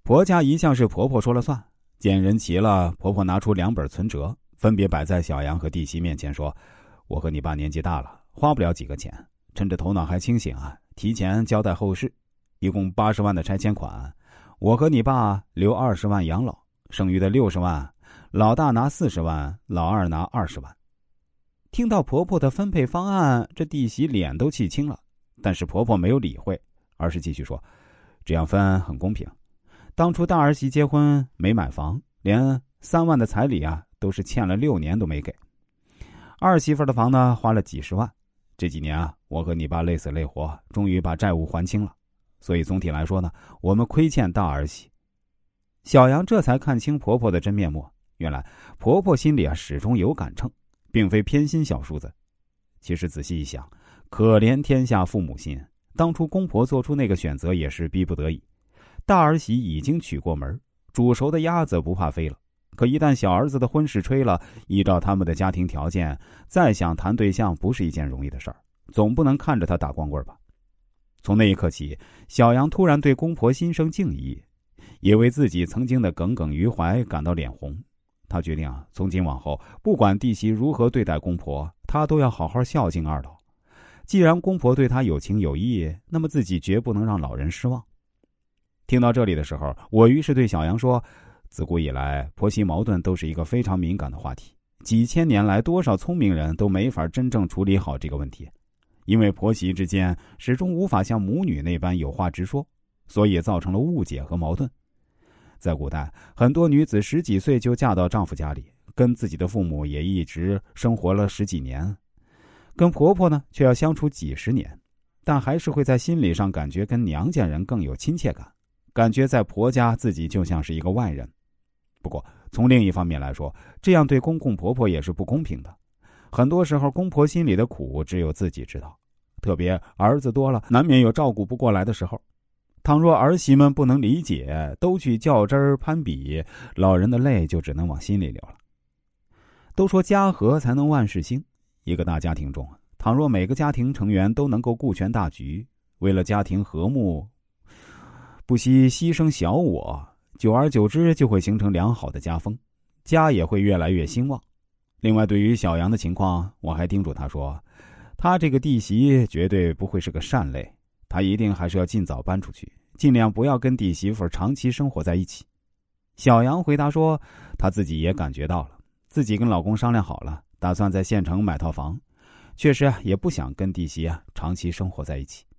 婆家一向是婆婆说了算，见人齐了，婆婆拿出2本存折，分别摆在小杨和弟媳面前，说：“我和你爸年纪大了，花不了几个钱，趁着头脑还清醒啊，提前交代后事。一共80万的拆迁款，我和你爸留20万养老，剩余的60万，老大拿40万，老二拿20万。”听到婆婆的分配方案，这弟媳脸都气青了，但是婆婆没有理会，而是继续说：“这样分很公平。当初大儿媳结婚没买房，连3万的彩礼啊，都是欠了6年都没给。二媳妇的房呢，花了几十万。这几年啊，我和你爸累死累活，终于把债务还清了。所以总体来说呢，我们亏欠大儿媳。”小杨这才看清婆婆的真面目，原来婆婆心里啊始终有杆秤，并非偏心小叔子。其实仔细一想，可怜天下父母心，当初公婆做出那个选择也是逼不得已。大儿媳已经娶过门，煮熟的鸭子不怕飞了，可一旦小儿子的婚事吹了，依照他们的家庭条件，再想谈对象不是一件容易的事儿，总不能看着他打光棍吧。从那一刻起，小杨突然对公婆心生敬意，也为自己曾经的耿耿于怀感到脸红。他决定啊，从今往后，不管弟媳如何对待公婆，他都要好好孝敬二老。既然公婆对他有情有义，那么自己绝不能让老人失望。听到这里的时候，我于是对小杨说：“自古以来，婆媳矛盾都是一个非常敏感的话题，几千年来，多少聪明人都没法真正处理好这个问题。因为婆媳之间始终无法像母女那般有话直说，所以造成了误解和矛盾。在古代，很多女子10几岁就嫁到丈夫家里，跟自己的父母也一直生活了10几年，跟婆婆呢却要相处几十年，但还是会在心理上感觉跟娘家人更有亲切感，感觉在婆家自己就像是一个外人。不过从另一方面来说，这样对公公婆婆也是不公平的。很多时候公婆心里的苦只有自己知道，特别儿子多了，难免有照顾不过来的时候。倘若儿媳们不能理解，都去较真儿攀比，老人的泪就只能往心里流了。都说家和才能万事兴，一个大家庭中，倘若每个家庭成员都能够顾全大局，为了家庭和睦，不惜牺牲小我，久而久之就会形成良好的家风，家也会越来越兴旺。另外，对于小杨的情况，我还叮嘱他说，他这个弟媳绝对不会是个善类，他一定还是要尽早搬出去，尽量不要跟弟媳妇长期生活在一起。小杨回答说，他自己也感觉到了，自己跟老公商量好了，打算在县城买套房，确实也不想跟弟媳长期生活在一起。